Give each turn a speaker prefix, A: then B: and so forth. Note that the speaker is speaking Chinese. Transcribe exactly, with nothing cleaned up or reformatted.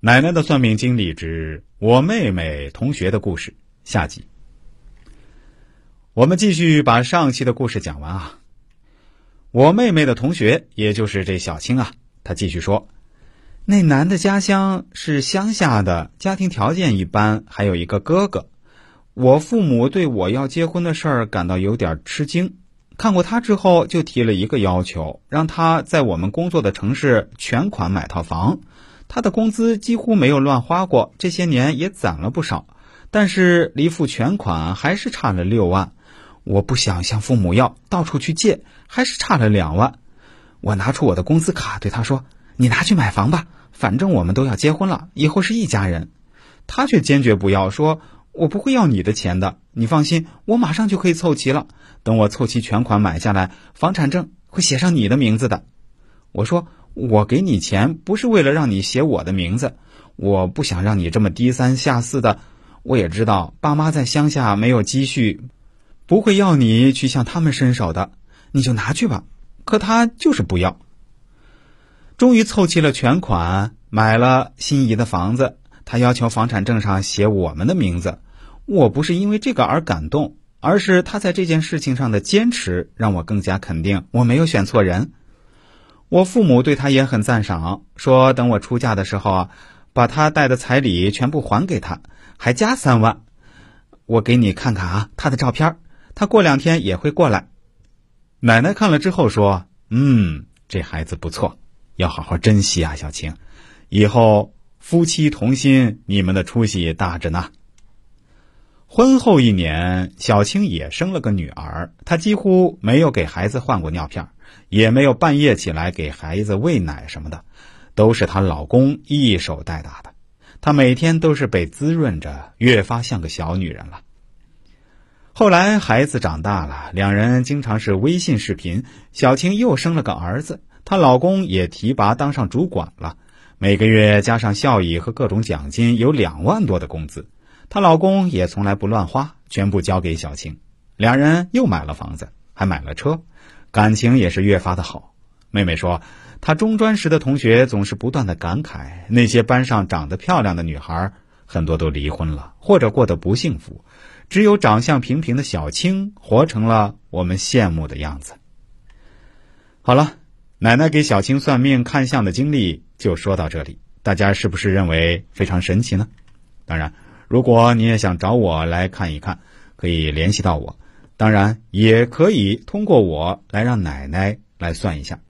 A: 奶奶的算命经历之我妹妹同学的故事下集。我们继续把上期的故事讲完啊。我妹妹的同学，也就是这小青啊，她继续说，那男的家乡是乡下的，家庭条件一般，还有一个哥哥。我父母对我要结婚的事儿感到有点吃惊，看过他之后就提了一个要求，让他在我们工作的城市全款买套房。他的工资几乎没有乱花过，这些年也攒了不少，但是离付全款还是差了六万。我不想向父母要，到处去借，还是差了两万。我拿出我的工资卡对他说，你拿去买房吧，反正我们都要结婚了，以后是一家人。他却坚决不要，说我不会要你的钱的，你放心，我马上就可以凑齐了，等我凑齐全款买下来，房产证会写上你的名字的。我说我给你钱不是为了让你写我的名字，我不想让你这么低三下四的。我也知道爸妈在乡下没有积蓄，不会要你去向他们伸手的，你就拿去吧。可他就是不要。终于凑齐了全款，买了心仪的房子，他要求房产证上写我们的名字。我不是因为这个而感动，而是他在这件事情上的坚持让我更加肯定我没有选错人。我父母对他也很赞赏，说等我出嫁的时候啊，把他带的彩礼全部还给他，还加三万。我给你看看啊，他的照片，他过两天也会过来。奶奶看了之后说，嗯，这孩子不错，要好好珍惜啊，小青，以后夫妻同心，你们的出息大着呢。婚后一年，小青也生了个女儿，她几乎没有给孩子换过尿片，也没有半夜起来给孩子喂奶什么的，都是她老公一手带大的。她每天都是被滋润着，越发像个小女人了。后来孩子长大了，两人经常是微信视频，小青又生了个儿子，她老公也提拔当上主管了，每个月加上效益和各种奖金有两万多的工资。她老公也从来不乱花，全部交给小青。两人又买了房子，还买了车，感情也是越发的好。妹妹说，她中专时的同学总是不断的感慨，那些班上长得漂亮的女孩很多都离婚了，或者过得不幸福，只有长相平平的小青活成了我们羡慕的样子。好了，奶奶给小青算命看相的经历就说到这里，大家是不是认为非常神奇呢？当然，如果你也想找我来看一看，可以联系到我，当然也可以通过我来让奶奶来算一下。